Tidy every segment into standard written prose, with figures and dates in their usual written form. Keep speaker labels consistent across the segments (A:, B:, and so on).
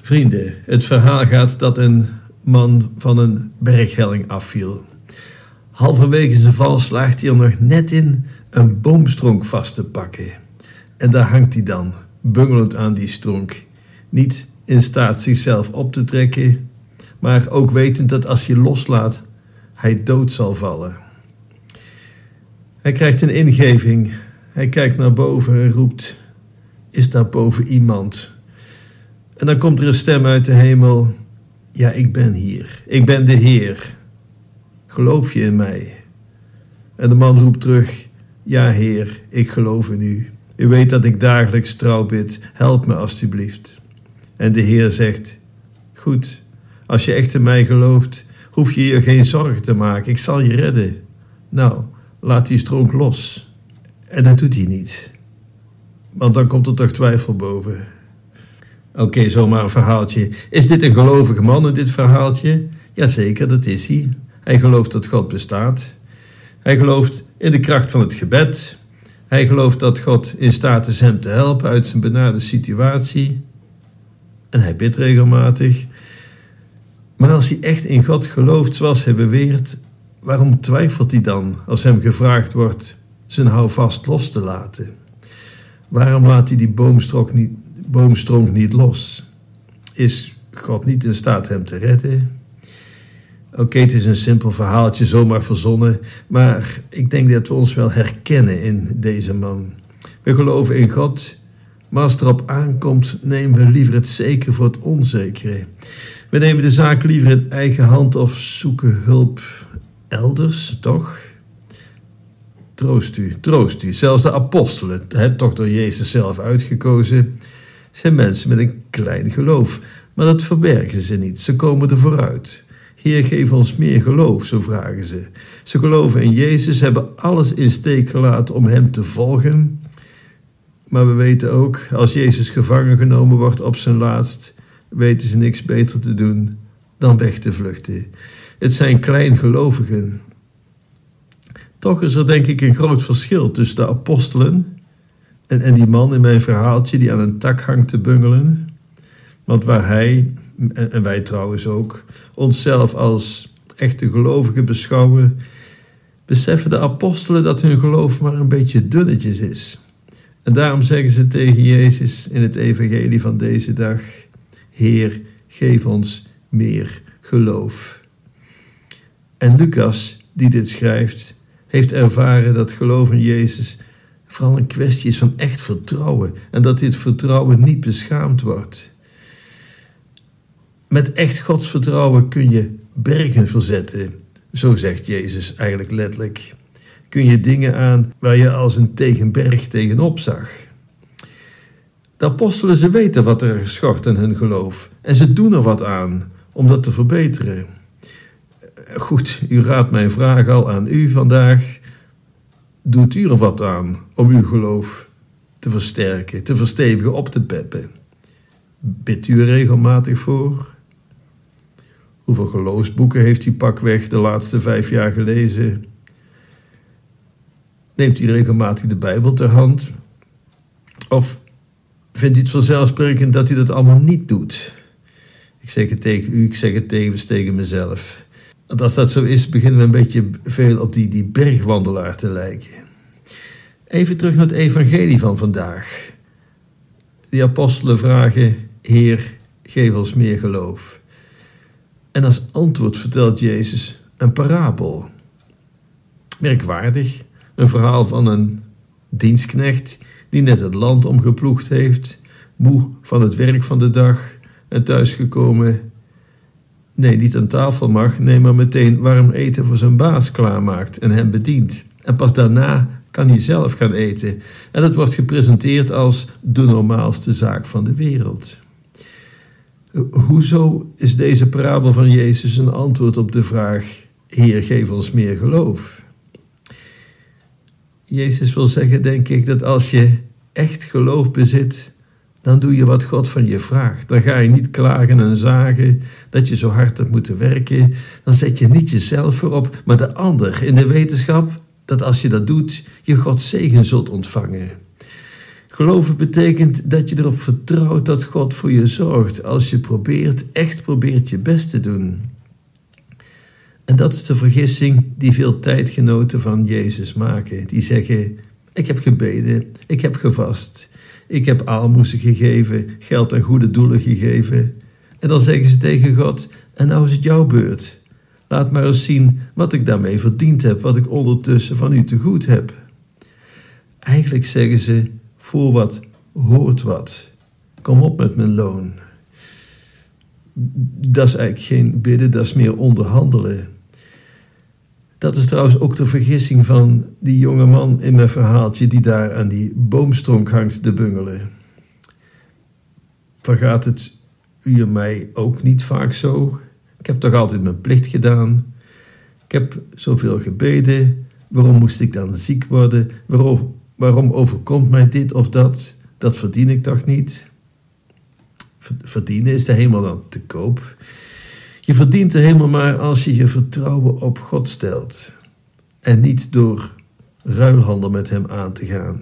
A: Vrienden, het verhaal gaat dat een man van een berghelling afviel. Halverwege zijn val slaagt hij er nog net in een boomstronk vast te pakken. En daar hangt hij dan, bungelend aan die stronk. Niet in staat zichzelf op te trekken, maar ook wetend dat als hij loslaat, hij dood zal vallen. Hij krijgt een ingeving. Hij kijkt naar boven en roept: is daar boven iemand? En dan komt er een stem uit de hemel: ja, ik ben hier. Ik ben de Heer. Geloof je in mij? En de man roept terug: ja, Heer, ik geloof in u. U weet dat ik dagelijks trouw bid. Help me alstublieft. En de Heer zegt: goed, als je echt in mij gelooft, hoef je je geen zorgen te maken. Ik zal je redden. Nou, laat die stronk los. En dat doet hij niet. Want dan komt er toch twijfel boven. Oké, zomaar een verhaaltje. Is dit een gelovige man in dit verhaaltje? Jazeker, dat is hij. Hij gelooft dat God bestaat. Hij gelooft in de kracht van het gebed. Hij gelooft dat God in staat is hem te helpen uit zijn benarde situatie. En hij bidt regelmatig. Maar als hij echt in God gelooft zoals hij beweert, waarom twijfelt hij dan als hem gevraagd wordt zijn houvast los te laten? Waarom laat hij die boomstronk niet los? Is God niet in staat hem te redden? Oké, het is een simpel verhaaltje, zomaar verzonnen, maar ik denk dat we ons wel herkennen in deze man. We geloven in God, maar als het erop aankomt, nemen we liever het zekere voor het onzekere. We nemen de zaak liever in eigen hand of zoeken hulp elders, toch? Troost u. Zelfs de apostelen, toch door Jezus zelf uitgekozen, zijn mensen met een klein geloof. Maar dat verbergen ze niet, ze komen er vooruit. Heer, geef ons meer geloof, zo vragen ze. Ze geloven in Jezus, hebben alles in steek gelaten om hem te volgen. Maar we weten ook, als Jezus gevangen genomen wordt op zijn laatst, weten ze niks beter te doen dan weg te vluchten. Het zijn kleingelovigen. Toch is er denk ik een groot verschil tussen de apostelen en die man in mijn verhaaltje die aan een tak hangt te bungelen. Want waar hij, en wij trouwens ook, onszelf als echte gelovigen beschouwen, beseffen de apostelen dat hun geloof maar een beetje dunnetjes is. En daarom zeggen ze tegen Jezus in het evangelie van deze dag: Heer, geef ons meer geloof. En Lucas, die dit schrijft, heeft ervaren dat geloof in Jezus vooral een kwestie is van echt vertrouwen en dat dit vertrouwen niet beschaamd wordt. Met echt godsvertrouwen kun je bergen verzetten, zo zegt Jezus eigenlijk letterlijk. Kun je dingen aan waar je als een tegenberg tegenop zag. De apostelen, ze weten wat er schort aan hun geloof en ze doen er wat aan om dat te verbeteren. Goed, u raadt mijn vraag al aan u vandaag. Doet u er wat aan om uw geloof te versterken, te verstevigen, op te peppen? Bidt u er regelmatig voor? Hoeveel geloofsboeken heeft u pakweg de laatste 5 jaar gelezen? Neemt u regelmatig de Bijbel ter hand? Of vindt u het vanzelfsprekend dat u dat allemaal niet doet? Ik zeg het tegen u, ik zeg het tevens tegen mezelf. Want als dat zo is, beginnen we een beetje veel op die bergwandelaar te lijken. Even terug naar het evangelie van vandaag. Die apostelen vragen: Heer, geef ons meer geloof. En als antwoord vertelt Jezus een parabel. Merkwaardig, een verhaal van een dienstknecht die net het land omgeploegd heeft, moe van het werk van de dag en thuisgekomen, niet aan tafel mag, maar meteen warm eten voor zijn baas klaarmaakt en hem bedient. En pas daarna kan hij zelf gaan eten. En dat wordt gepresenteerd als de normaalste zaak van de wereld. Hoezo is deze parabel van Jezus een antwoord op de vraag: Heer, geef ons meer geloof? Jezus wil zeggen, denk ik, dat als je echt geloof bezit, dan doe je wat God van je vraagt. Dan ga je niet klagen en zagen dat je zo hard hebt moeten werken. Dan zet je niet jezelf voorop, maar de ander, in de wetenschap dat als je dat doet, je Gods zegen zult ontvangen. Geloven betekent dat je erop vertrouwt dat God voor je zorgt als je echt probeert je best te doen. En dat is de vergissing die veel tijdgenoten van Jezus maken. Die zeggen, ik heb gebeden, ik heb gevast, ik heb aalmoezen gegeven, geld aan goede doelen gegeven. En dan zeggen ze tegen God, en nou is het jouw beurt. Laat maar eens zien wat ik daarmee verdiend heb, wat ik ondertussen van u te goed heb. Eigenlijk zeggen ze, voor wat hoort wat. Kom op met mijn loon. Dat is eigenlijk geen bidden, dat is meer onderhandelen. Dat is trouwens ook de vergissing van die jonge man in mijn verhaaltje die daar aan die boomstronk hangt te bungelen. Vergaat het u en mij ook niet vaak zo? Ik heb toch altijd mijn plicht gedaan? Ik heb zoveel gebeden. Waarom moest ik dan ziek worden? Waarom overkomt mij dit of dat? Dat verdien ik toch niet? Verdienen is de hemel dan te koop? Je verdient de hemel maar als je je vertrouwen op God stelt. En niet door ruilhandel met hem aan te gaan.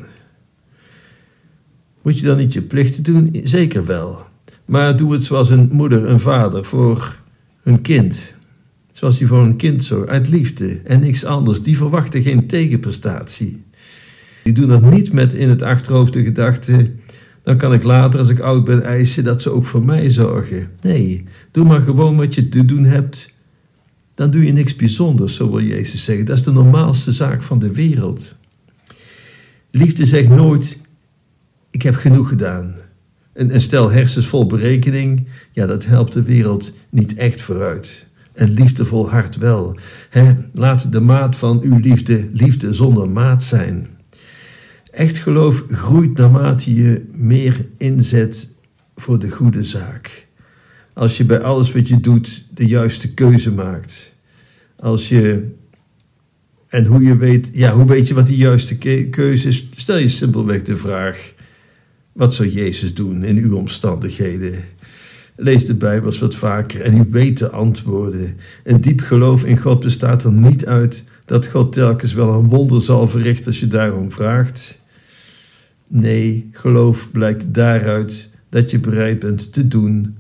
A: Moet je dan niet je plichten doen? Zeker wel. Maar doe het zoals een moeder en vader voor hun kind. Zoals die voor een kind zorgt, uit liefde en niks anders. Die verwachten geen tegenprestatie. Die doen dat niet met in het achterhoofd de gedachte, dan kan ik later als ik oud ben eisen dat ze ook voor mij zorgen. Nee, doe maar gewoon wat je te doen hebt. Dan doe je niks bijzonders, zo wil Jezus zeggen. Dat is de normaalste zaak van de wereld. Liefde zegt nooit, ik heb genoeg gedaan. Een stel hersens vol berekening, ja, dat helpt de wereld niet echt vooruit. Een liefdevol hart wel. Laat de maat van uw liefde zonder maat zijn. Echt geloof groeit naarmate je meer inzet voor de goede zaak. Als je bij alles wat je doet de juiste keuze maakt. Hoe weet je wat die juiste keuze is? Stel je simpelweg de vraag, wat zou Jezus doen in uw omstandigheden? Lees de Bijbel eens wat vaker en u weet de antwoorden. Een diep geloof in God bestaat er niet uit dat God telkens wel een wonder zal verrichten als je daarom vraagt. Nee, geloof blijkt daaruit dat je bereid bent te doen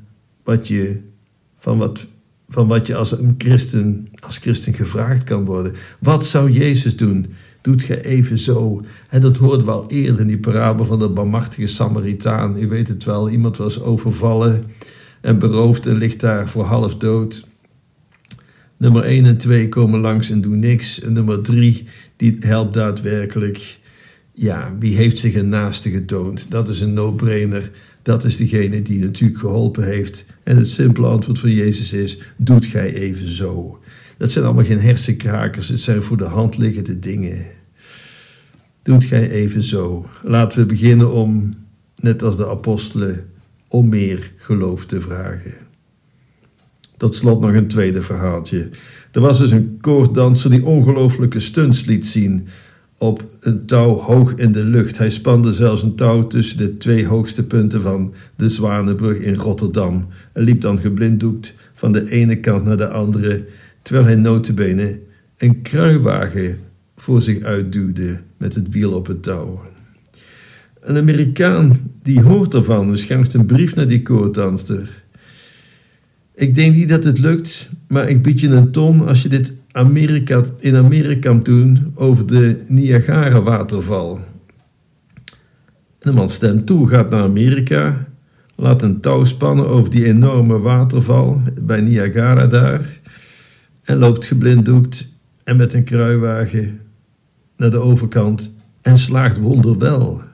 A: van wat je als christen gevraagd kan worden. Wat zou Jezus doen? Doet gij even zo. En dat hoorden we al eerder in die parabel van de barmhartige Samaritaan. U weet het wel, iemand was overvallen en beroofd en ligt daar voor half dood. Nummer 1 en 2 komen langs en doen niks. En nummer 3, die helpt daadwerkelijk. Ja, wie heeft zich een naaste getoond? Dat is een no-brainer. Dat is degene die natuurlijk geholpen heeft. En het simpele antwoord van Jezus is, doet gij even zo. Dat zijn allemaal geen hersenkrakers, het zijn voor de hand liggende dingen. Doet gij even zo. Laten we beginnen om, net als de apostelen, om meer geloof te vragen. Tot slot nog een tweede verhaaltje. Er was dus een koorddanser die ongelooflijke stunts liet zien op een touw hoog in de lucht. Hij spande zelfs een touw tussen de 2 hoogste punten van de Zwanenbrug in Rotterdam en liep dan geblinddoekt van de ene kant naar de andere, terwijl hij nota bene een kruiwagen voor zich uitduwde met het wiel op het touw. Een Amerikaan die hoort ervan en schrijft een brief naar die koorddanser. Ik denk niet dat het lukt, maar ik bied je een ton als je dit in Amerika kan doen over de Niagara-waterval. En de man stemt toe, gaat naar Amerika, laat een touw spannen over die enorme waterval bij Niagara daar en loopt geblinddoekt en met een kruiwagen naar de overkant en slaagt wonderwel.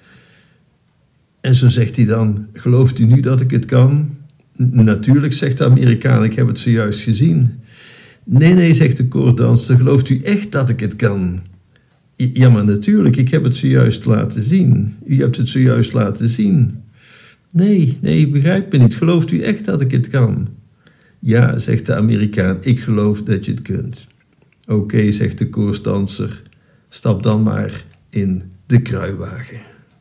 A: En zo zegt hij dan, gelooft u nu dat ik het kan? Natuurlijk, zegt de Amerikaan, ik heb het zojuist gezien. Nee, zegt de koorddanser, gelooft u echt dat ik het kan? Ja, maar natuurlijk, ik heb het zojuist laten zien. U hebt het zojuist laten zien. Nee, begrijp me niet. Gelooft u echt dat ik het kan? Ja, zegt de Amerikaan, ik geloof dat je het kunt. Oké, zegt de koorddanser, stap dan maar in de kruiwagen.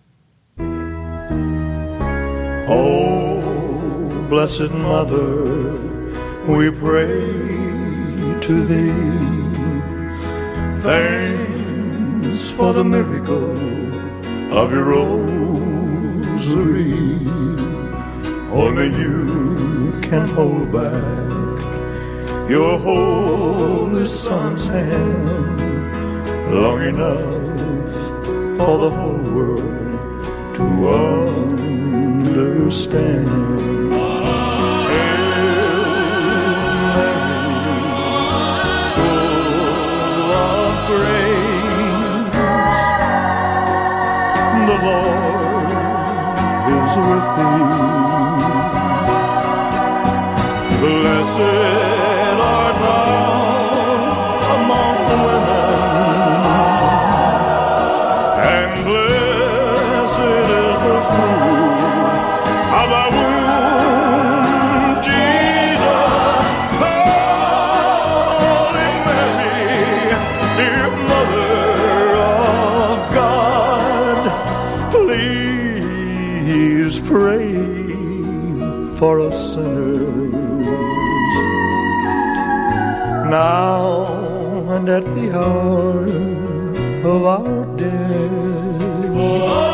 B: Oh, blessed Mother, we pray to thee. Thanks for the miracle of your rose rosary. Only you can hold back your holy son's hand long enough for the whole world to understand. The Lord is with thee. Blessed art thou among women, and blessed is the fruit of thy womb, Jesus. Holy Mary, dear Mother of God, please pray for us sinners, now and at the hour of our death.